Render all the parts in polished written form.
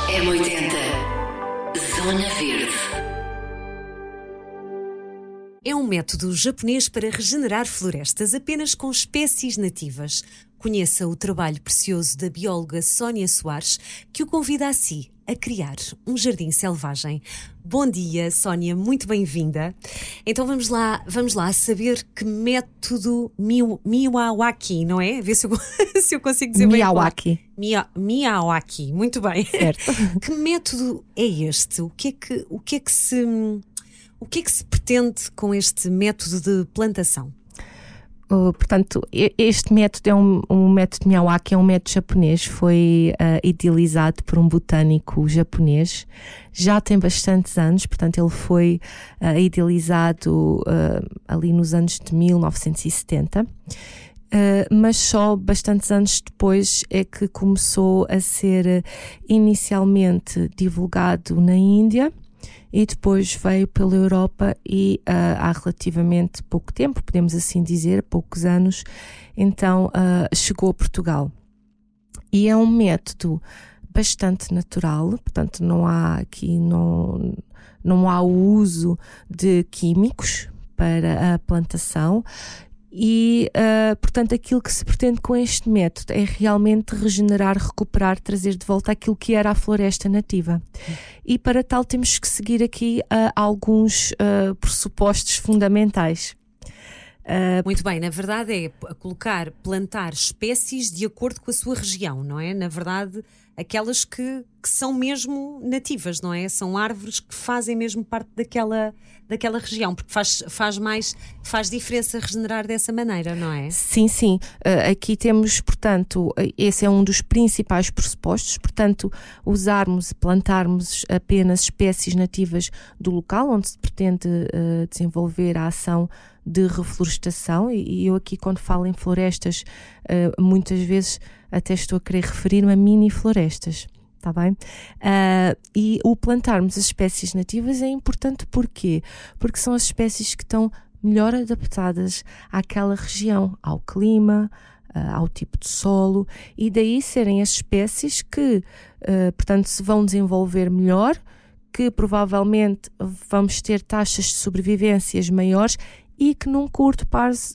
M80 Zona Verde. É um método japonês para regenerar florestas apenas com espécies nativas. Conheça o trabalho precioso da bióloga Sónia Soares, que o convida a si a criar um jardim selvagem. Bom dia, Sónia, muito bem-vinda. Então vamos lá saber que método Miyawaki, não é? Ver se eu consigo dizer Miyawaki. bem. Miyawaki, muito bem. Certo. Que método é este? O que é que se pretende com este método de plantação? Portanto, este método é um método Miyawaki, é um método japonês, foi idealizado por um botânico japonês, já tem bastantes anos, portanto ele foi idealizado ali nos anos de 1970, mas só bastantes anos depois é que começou a ser inicialmente divulgado na Índia, e depois veio pela Europa e há relativamente pouco tempo, podemos assim dizer, poucos anos, então chegou a Portugal. E é um método bastante natural, portanto não há o uso de químicos para a plantação. E, portanto, aquilo que se pretende com este método é realmente regenerar, recuperar, trazer de volta aquilo que era a floresta nativa. E para tal temos que seguir aqui alguns pressupostos fundamentais. Muito bem, na verdade é plantar espécies de acordo com a sua região, não é? Na verdade, aquelas que são mesmo nativas, não é? São árvores que fazem mesmo parte daquela região, porque faz diferença regenerar dessa maneira, não é? Sim. Aqui temos, portanto, esse é um dos principais pressupostos, portanto, plantarmos apenas espécies nativas do local onde se pretende desenvolver a ação de reflorestação, e eu aqui quando falo em florestas muitas vezes até estou a querer referir-me a mini florestas, está bem? E o plantarmos as espécies nativas é importante porque são as espécies que estão melhor adaptadas àquela região, ao clima, ao tipo de solo, e daí serem as espécies que portanto se vão desenvolver melhor, que provavelmente vamos ter taxas de sobrevivências maiores e que num curto prazo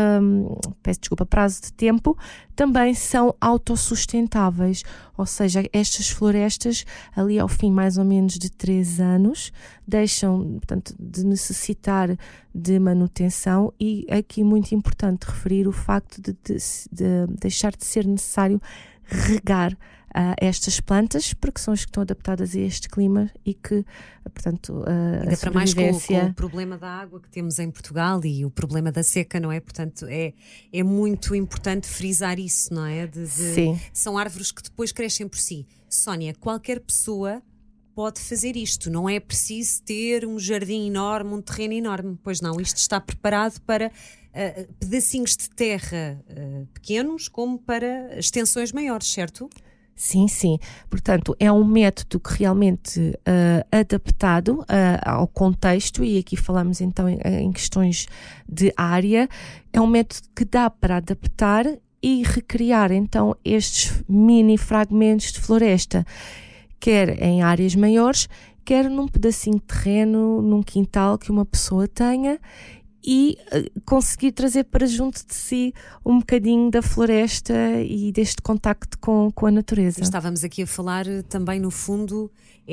de tempo também são autossustentáveis, ou seja, estas florestas ali ao fim mais ou menos de 3 anos deixam, portanto, de necessitar de manutenção, e aqui muito importante referir o facto de deixar de ser necessário regar estas plantas, porque são as que estão adaptadas a este clima e que, portanto, ainda para mais com o problema da água que temos em Portugal e o problema da seca, não é? Portanto, é muito importante frisar isso, não é? Sim. São árvores que depois crescem por si. Sónia, qualquer pessoa pode fazer isto, não é preciso ter um jardim enorme, um terreno enorme, pois não, isto está preparado para pedacinhos de terra pequenos como para extensões maiores, certo? Sim. Portanto, é um método que realmente adaptado ao contexto, e aqui falamos então em questões de área, é um método que dá para adaptar e recriar então estes mini fragmentos de floresta, quer em áreas maiores, quer num pedacinho de terreno, num quintal que uma pessoa tenha, e conseguir trazer para junto de si um bocadinho da floresta e deste contacto com a natureza. Estávamos aqui a falar também, no fundo,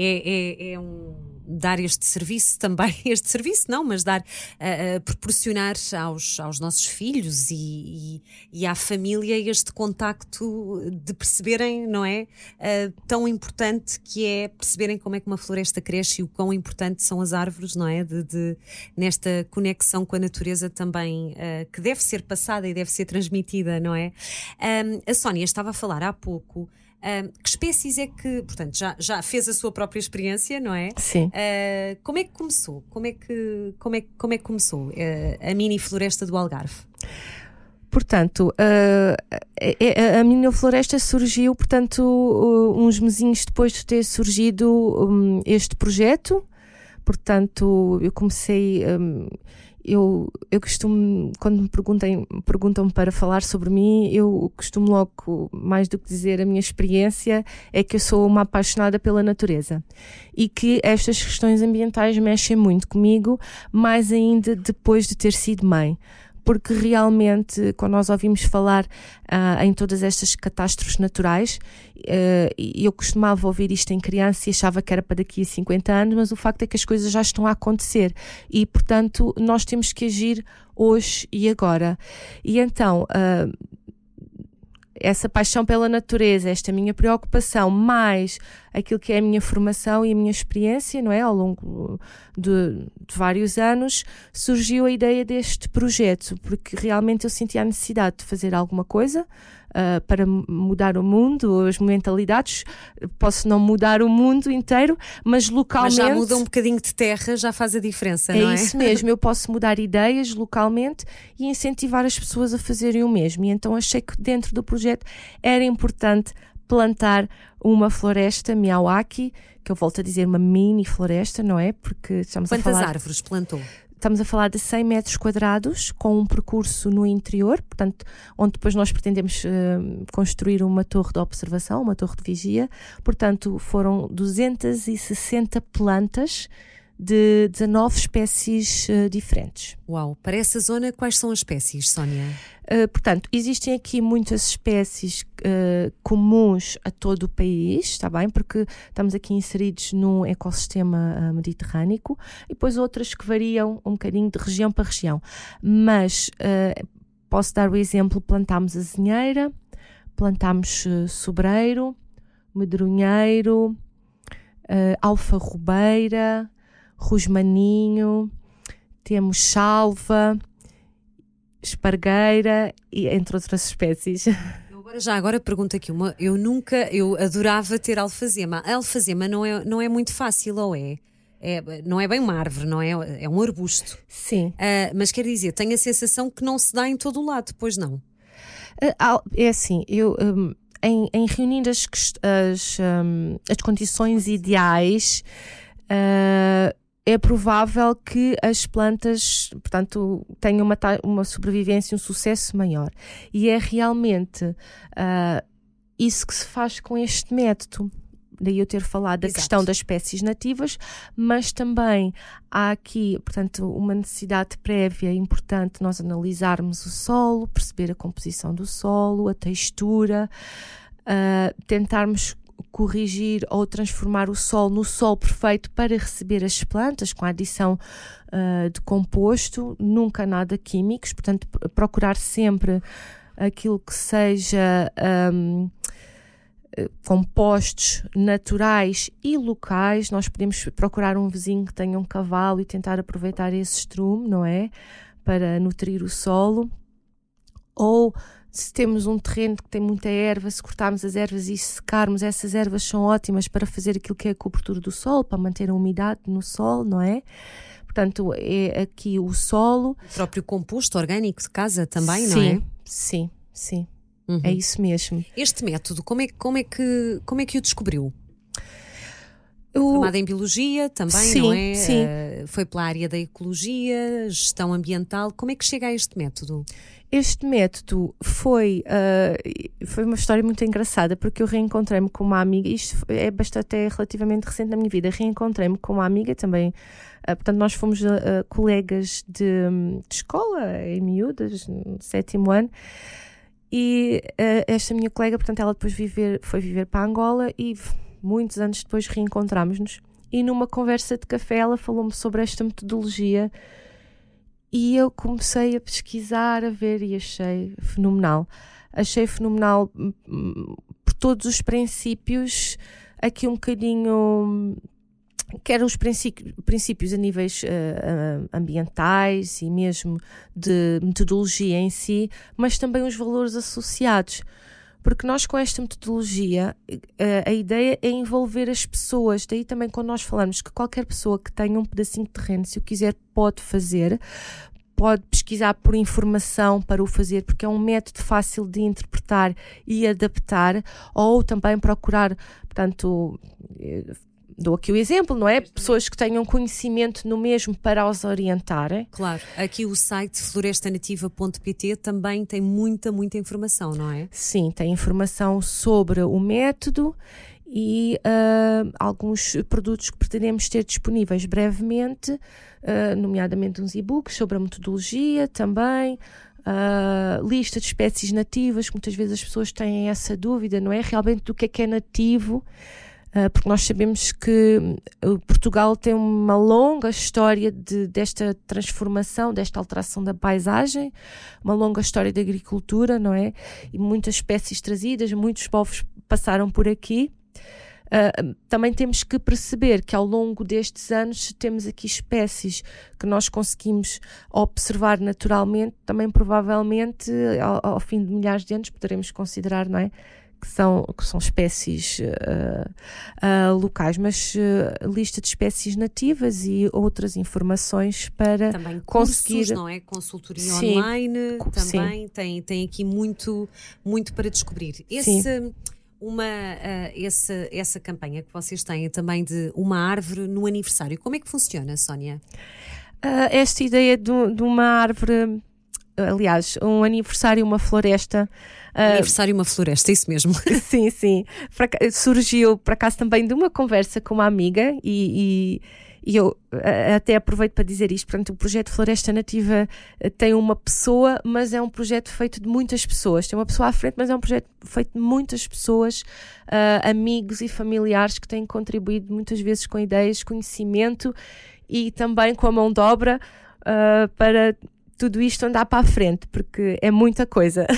dar este serviço também, proporcionar aos nossos filhos e à família este contacto de perceberem, não é? Tão importante que é perceberem como é que uma floresta cresce e o quão importante são as árvores, não é? Nesta conexão com a natureza também, que deve ser passada e deve ser transmitida, não é? A Sónia estava a falar há pouco. Que espécies é que, portanto, já fez a sua própria experiência, não é? Sim. Como é que começou? Como é que começou a mini floresta do Algarve? Portanto, a mini floresta surgiu, portanto, uns mesinhos depois de ter surgido este projeto. Portanto, eu comecei eu costumo, quando me perguntam para falar sobre mim, eu costumo logo, mais do que dizer a minha experiência, é que eu sou uma apaixonada pela natureza e que estas questões ambientais mexem muito comigo, mais ainda depois de ter sido mãe. Porque realmente, quando nós ouvimos falar em todas estas catástrofes naturais, eu costumava ouvir isto em criança e achava que era para daqui a 50 anos, mas o facto é que as coisas já estão a acontecer e, portanto, nós temos que agir hoje e agora. E então, essa paixão pela natureza, esta minha preocupação, mais aquilo que é a minha formação e a minha experiência, não é? Ao longo de vários anos, surgiu a ideia deste projeto, porque realmente eu sentia a necessidade de fazer alguma coisa para mudar o mundo, as mentalidades. Posso não mudar o mundo inteiro, mas localmente... Mas já muda um bocadinho de terra, já faz a diferença, não é? É isso mesmo, eu posso mudar ideias localmente e incentivar as pessoas a fazerem o mesmo. E então achei que dentro do projeto era importante plantar uma floresta Miyawaki, que eu volto a dizer uma mini floresta, não é? Porque estamos a falar... Quantas árvores plantou? Estamos a falar de 100 metros quadrados, com um percurso no interior, portanto, onde depois nós pretendemos construir uma torre de observação, uma torre de vigia. Portanto, foram 260 plantas de 19 espécies diferentes. Uau! Para essa zona, quais são as espécies, Sónia? Portanto, existem aqui muitas espécies comuns a todo o país, está bem? Porque estamos aqui inseridos num ecossistema mediterrâneo, e depois outras que variam um bocadinho de região para região. Mas posso dar o exemplo: plantámos azinheira, plantámos sobreiro, medronheiro, alfarrobeira, rosmaninho, temos chalva, espargueira, e entre outras espécies. Agora pergunto aqui uma. Eu adorava ter alfazema. A alfazema não é muito fácil, ou é? Não é bem uma árvore, não é? É um arbusto. Sim. Mas quer dizer, tenho a sensação que não se dá em todo o lado, pois não? É assim, eu... Em reunir as condições ideais, é provável que as plantas, portanto, tenham uma sobrevivência, um sucesso maior. E é realmente isso que se faz com este método. Daí eu ter falado da questão das espécies nativas, mas também há aqui, portanto, uma necessidade prévia importante, nós analisarmos o solo, perceber a composição do solo, a textura, tentarmos corrigir ou transformar o solo no solo perfeito para receber as plantas, com a adição de composto, nunca nada químicos, portanto, procurar sempre aquilo que seja... compostos naturais e locais. Nós podemos procurar um vizinho que tenha um cavalo e tentar aproveitar esse estrume, não é? Para nutrir o solo. Ou se temos um terreno que tem muita erva, se cortarmos as ervas e secarmos, essas ervas são ótimas para fazer aquilo que é a cobertura do solo, para manter a umidade no solo, não é? Portanto, é aqui o solo. O próprio composto orgânico de casa também, não é? Sim. Uhum. É isso mesmo. Este método, como é que o descobriu? Formada em Biologia também, sim, não é? Sim. Foi pela área da Ecologia, Gestão Ambiental. Como é que chega a este método? Este método foi uma história muito engraçada, porque eu reencontrei-me com uma amiga, isto é bastante relativamente recente na minha vida, reencontrei-me com uma amiga também, portanto nós fomos colegas de escola, em miúdas, no 7º ano, e esta minha colega, portanto, ela depois foi viver para Angola e muitos anos depois reencontrámos-nos, e numa conversa de café ela falou-me sobre esta metodologia e eu comecei a pesquisar, a ver, e achei fenomenal por todos os princípios, aqui um bocadinho... quer os princípios a níveis ambientais e mesmo de metodologia em si, mas também os valores associados. Porque nós, com esta metodologia, a ideia é envolver as pessoas. Daí também, quando nós falamos que qualquer pessoa que tenha um pedacinho de terreno, se o quiser, pode fazer, pode pesquisar por informação para o fazer, porque é um método fácil de interpretar e adaptar, ou também procurar, portanto... dou aqui o exemplo, não é? Pessoas que tenham conhecimento no mesmo para os orientarem. Claro, aqui o site florestanativa.pt também tem muita informação, não é? Sim, tem informação sobre o método e alguns produtos que pretendemos ter disponíveis brevemente, nomeadamente uns e-books sobre a metodologia também, lista de espécies nativas, que muitas vezes as pessoas têm essa dúvida, não é? Realmente do que é nativo, porque nós sabemos que Portugal tem uma longa história desta transformação, desta alteração da paisagem, uma longa história de agricultura, não é? E muitas espécies trazidas, muitos povos passaram por aqui. Também temos que perceber que ao longo destes anos temos aqui espécies que nós conseguimos observar naturalmente, também provavelmente ao fim de milhares de anos poderemos considerar, não é? Que são espécies locais, mas lista de espécies nativas e outras informações para também conseguir... cursos, não é? Consultoria online, também tem aqui muito para descobrir. Essa campanha que vocês têm também de uma árvore no aniversário, como é que funciona, Sónia? Esta ideia de uma árvore, aliás, um aniversário, uma floresta. Aniversário, uma floresta, isso mesmo. Sim. Surgiu, por acaso, também de uma conversa com uma amiga e eu até aproveito para dizer isto. Portanto, o projeto Floresta Nativa tem uma pessoa, mas é um projeto feito de muitas pessoas. Tem uma pessoa à frente, mas é um projeto feito de muitas pessoas, amigos e familiares que têm contribuído muitas vezes com ideias, conhecimento e também com a mão de obra para tudo isto andar para a frente, porque é muita coisa.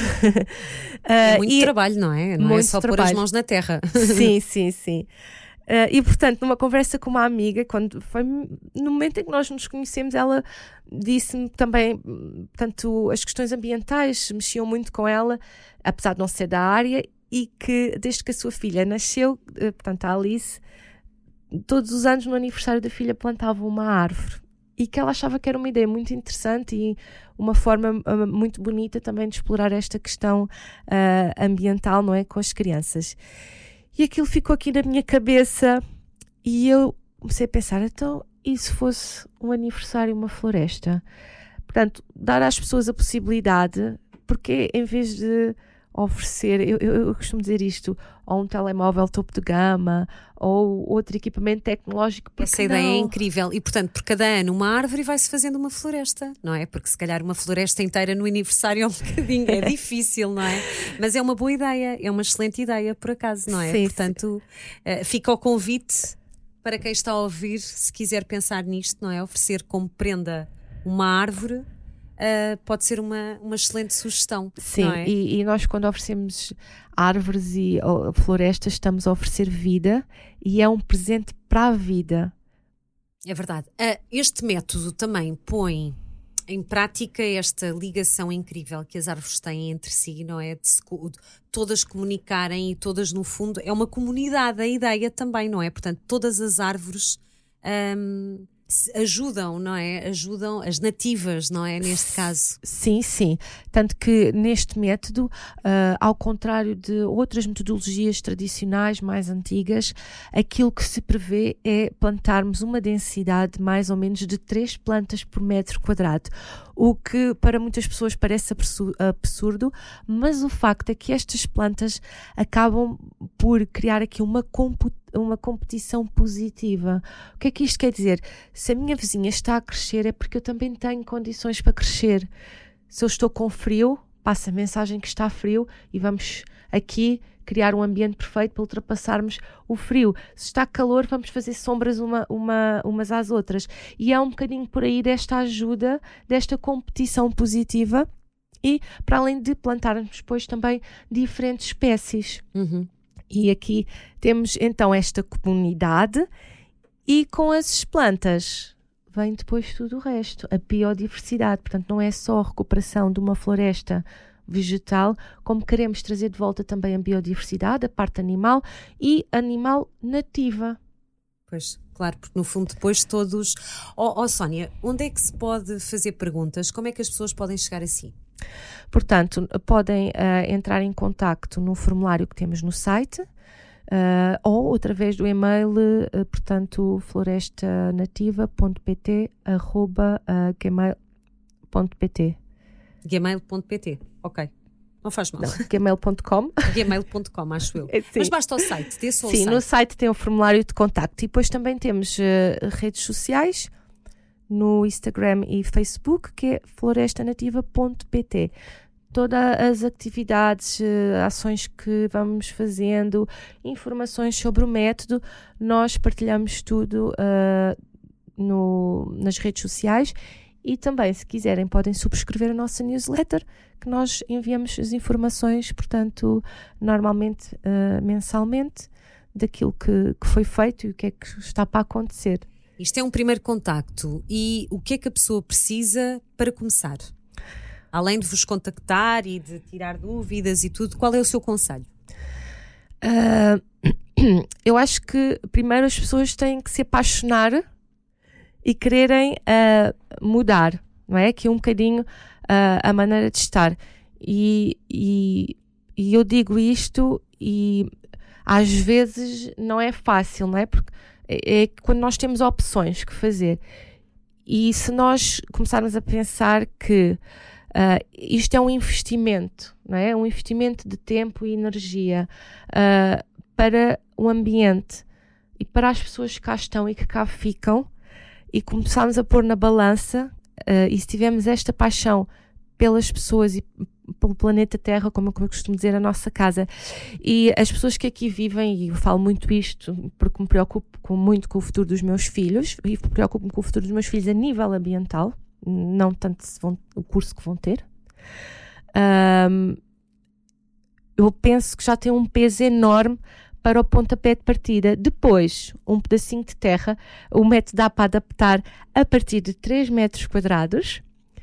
É muito trabalho, não é? Não é só pôr as mãos na terra. Sim. E portanto, numa conversa com uma amiga, quando foi no momento em que nós nos conhecemos, ela disse-me também, portanto, as questões ambientais mexiam muito com ela, apesar de não ser da área, e que desde que a sua filha nasceu, portanto a Alice, todos os anos no aniversário da filha plantava uma árvore, e que ela achava que era uma ideia muito interessante e uma forma muito bonita também de explorar esta questão ambiental, não é, com as crianças. E aquilo ficou aqui na minha cabeça e eu comecei a pensar, então, e se fosse um aniversário, uma floresta? Portanto, dar às pessoas a possibilidade, porque em vez de oferecer, eu costumo dizer isto, ou um telemóvel topo de gama, ou outro equipamento tecnológico. Essa ideia é incrível e, portanto, por cada ano uma árvore vai-se fazendo uma floresta, não é? Porque se calhar uma floresta inteira no aniversário é um bocadinho, é difícil, não é? Mas é uma boa ideia, é uma excelente ideia, por acaso, não é? Sim, portanto, fica o convite para quem está a ouvir, se quiser pensar nisto, não é? Oferecer como prenda uma árvore. Pode ser uma excelente sugestão. Sim, não é? E nós quando oferecemos árvores e florestas estamos a oferecer vida e é um presente para a vida. É verdade. Este método também põe em prática esta ligação incrível que as árvores têm entre si, não é? De todas comunicarem e todas no fundo, é uma comunidade, a ideia também, não é? Portanto, todas as árvores ajudam, não é? Ajudam as nativas, não é? Neste caso. Sim. Tanto que neste método, ao contrário de outras metodologias tradicionais mais antigas, aquilo que se prevê é plantarmos uma densidade mais ou menos de 3 plantas por metro quadrado. O que para muitas pessoas parece absurdo, mas o facto é que estas plantas acabam por criar aqui uma competição positiva. O que é que isto quer dizer? Se a minha vizinha está a crescer é porque eu também tenho condições para crescer. Se eu estou com frio, passa a mensagem que está frio e vamos aqui criar um ambiente perfeito para ultrapassarmos o frio. Se está calor, vamos fazer sombras umas às outras. E é um bocadinho por aí desta ajuda, desta competição positiva e para além de plantarmos depois também diferentes espécies. E aqui temos então esta comunidade e com as plantas vem depois tudo o resto, a biodiversidade. Portanto, não é só a recuperação de uma floresta vegetal, como queremos trazer de volta também a biodiversidade, a parte animal e animal nativa. Pois, claro, porque no fundo depois todos... Sónia, onde é que se pode fazer perguntas? Como é que as pessoas podem chegar a si? Portanto, podem entrar em contacto no formulário que temos no site, ou através do e-mail, portanto, florestanativa.pt@gmail.pt. Gmail.pt, ok. Não faz mal. Não, gmail.com. Gmail.com, acho eu. Sim. Mas basta o site, dê só o Sim, site. no site tem um formulário de contacto. E depois também temos redes sociais no Instagram e Facebook, que é florestanativa.pt. Todas as atividades, ações que vamos fazendo, informações sobre o método, nós partilhamos tudo nas redes sociais. E também, se quiserem, podem subscrever a nossa newsletter, que nós enviamos as informações, portanto, normalmente, mensalmente, daquilo que foi feito e o que é que está para acontecer. Isto é um primeiro contacto. E o que é que a pessoa precisa para começar? Além de vos contactar e de tirar dúvidas e tudo, qual é o seu conselho? Eu acho que primeiro as pessoas têm que se apaixonar e quererem mudar, não é? Que é um bocadinho a maneira de estar. E eu digo isto e às vezes não é fácil, não é? Porque é quando nós temos opções que fazer. E se nós começarmos a pensar que isto é um investimento, não é? Um investimento de tempo e energia para o ambiente e para as pessoas que cá estão e que cá ficam, e começarmos a pôr na balança, e se tivermos esta paixão pelas pessoas e pelo planeta Terra, como eu costumo dizer, a nossa casa, e as pessoas que aqui vivem, e eu falo muito isto porque me preocupo muito com o futuro dos meus filhos, e preocupo-me com o futuro dos meus filhos a nível ambiental, não tanto o curso que vão ter. Eu penso que já tem um peso enorme para o pontapé de partida. Depois, um pedacinho de terra, o método dá para adaptar a partir de 3 metros quadrados,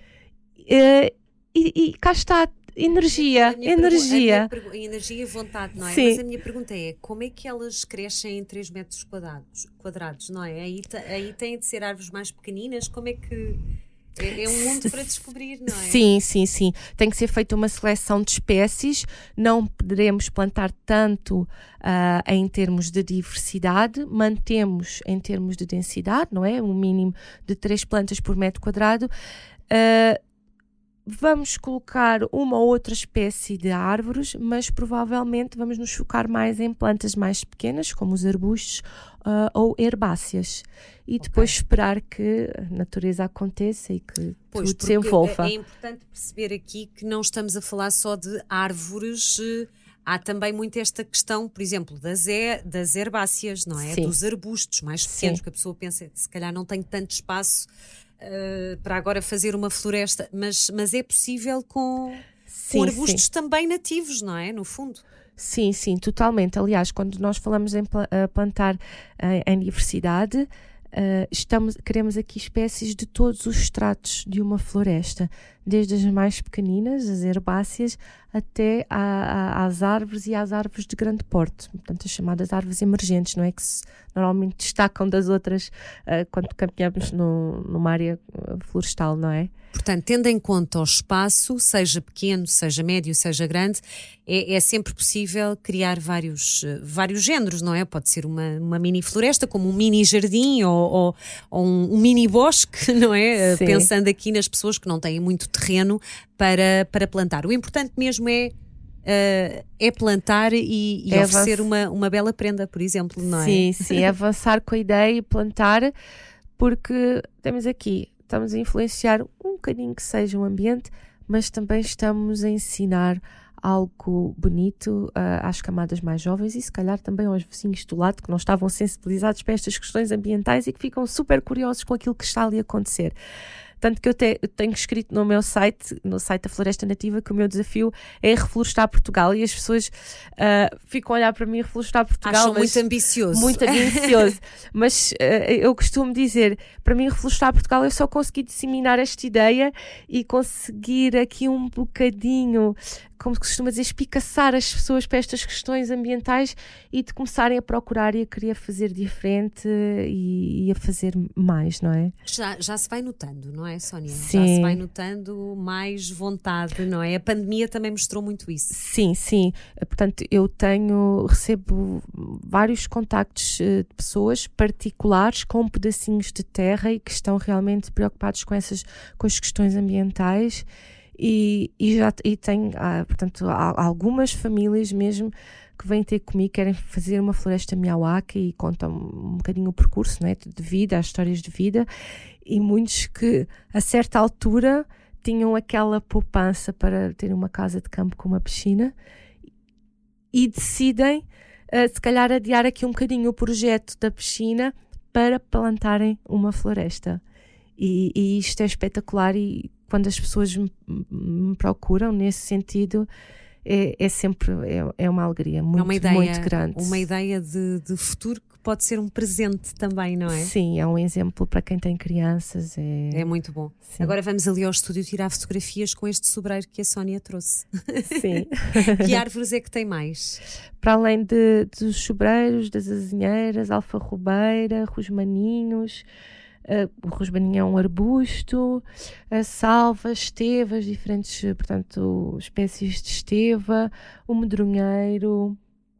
e cá está, energia. A energia e vontade, não é? Sim. Mas a minha pergunta é, como é que elas crescem em 3 metros quadrados, não é? Aí têm de ser árvores mais pequeninas, como é que... É um mundo para descobrir, não é? Sim. Tem que ser feita uma seleção de espécies. Não poderemos plantar tanto em termos de diversidade. Mantemos em termos de densidade, não é? Um mínimo de 3 plantas por metro quadrado. Vamos colocar uma ou outra espécie de árvores, mas provavelmente vamos nos focar mais em plantas mais pequenas, como os arbustos ou herbáceas. E depois esperar que a natureza aconteça e que tudo se envolva. É importante perceber aqui que não estamos a falar só de árvores. Há também muito esta questão, por exemplo, das herbáceas, não é? Sim. Dos arbustos mais pequenos, Sim. que a pessoa pensa, se calhar não tenho tanto espaço para agora fazer uma floresta, mas é possível com arbustos também nativos, não é? No fundo. Sim, totalmente. Aliás, quando nós falamos em plantar em diversidade, queremos aqui espécies de todos os estratos de uma floresta, desde as mais pequeninas, as herbáceas, até às árvores e às árvores de grande porte, portanto as chamadas árvores emergentes, não é? Que normalmente destacam das outras quando caminhamos numa área florestal, não é? Portanto, tendo em conta o espaço, seja pequeno, seja médio, seja grande, é sempre possível criar vários géneros, não é? Pode ser uma mini floresta, como um mini jardim ou um mini bosque, não é? Sim. Pensando aqui nas pessoas que não têm muito terreno para plantar. O importante mesmo é plantar e oferecer uma bela prenda, por exemplo, não é? Sim, avançar com a ideia e plantar, porque estamos a influenciar um bocadinho que seja o ambiente, mas também estamos a ensinar algo bonito às camadas mais jovens e se calhar também aos vizinhos do lado que não estavam sensibilizados para estas questões ambientais e que ficam super curiosos com aquilo que está ali a acontecer. Tanto que eu tenho escrito no meu site, no site da Floresta Nativa, que o meu desafio é reflorestar Portugal, e as pessoas ficam a olhar para mim reflorestar Portugal. Acham muito ambicioso. Muito ambicioso. Mas eu costumo dizer, para mim reflorestar Portugal eu só consegui disseminar esta ideia e conseguir aqui um bocadinho, como se costuma dizer, espicaçar as pessoas para estas questões ambientais e de começarem a procurar e a querer fazer diferente e a fazer mais, não é? Já se vai notando, não é? é, Sónia? Sim. Já se vai notando mais vontade, não é? A pandemia também mostrou muito isso. Sim. Portanto, recebo vários contactos de pessoas particulares com pedacinhos de terra e que estão realmente preocupados com as questões ambientais e tem, portanto, há algumas famílias mesmo que vêm ter comigo, querem fazer uma floresta Miyawaki e contam um bocadinho o percurso, não é, de vida, as histórias de vida, e muitos que a certa altura tinham aquela poupança para ter uma casa de campo com uma piscina e decidem se calhar adiar aqui um bocadinho o projeto da piscina para plantarem uma floresta. E isto é espetacular, e quando as pessoas me procuram nesse sentido, é sempre uma alegria muito grande. Uma ideia de futuro que pode ser um presente também, não é? Sim, é um exemplo para quem tem crianças. É muito bom. Sim. Agora vamos ali ao estúdio tirar fotografias com este sobreiro que a Sónia trouxe. Sim. Que árvores é que tem mais? Para além dos sobreiros, das azinheiras, alfarrobeira, rosmaninhos. O rosmaninho é um arbusto, a salva, estevas, diferentes, portanto, espécies de esteva, o medronheiro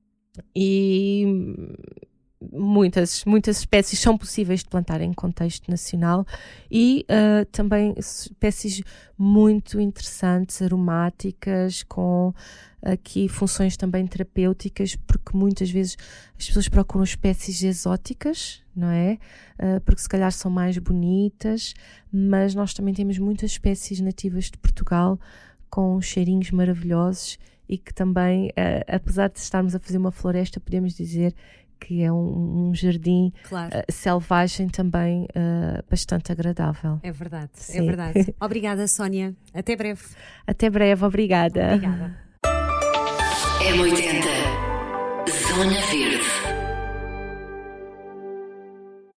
e muitas espécies são possíveis de plantar em contexto nacional e também espécies muito interessantes, aromáticas, com aqui funções também terapêuticas, porque muitas vezes as pessoas procuram espécies exóticas, não é? Porque se calhar são mais bonitas, mas nós também temos muitas espécies nativas de Portugal com cheirinhos maravilhosos e que também, apesar de estarmos a fazer uma floresta, podemos dizer que é um jardim selvagem também bastante agradável. É verdade, Sim. é verdade. Obrigada, Sónia. Até breve. Até breve, obrigada. Obrigada. M80 Zona Verde.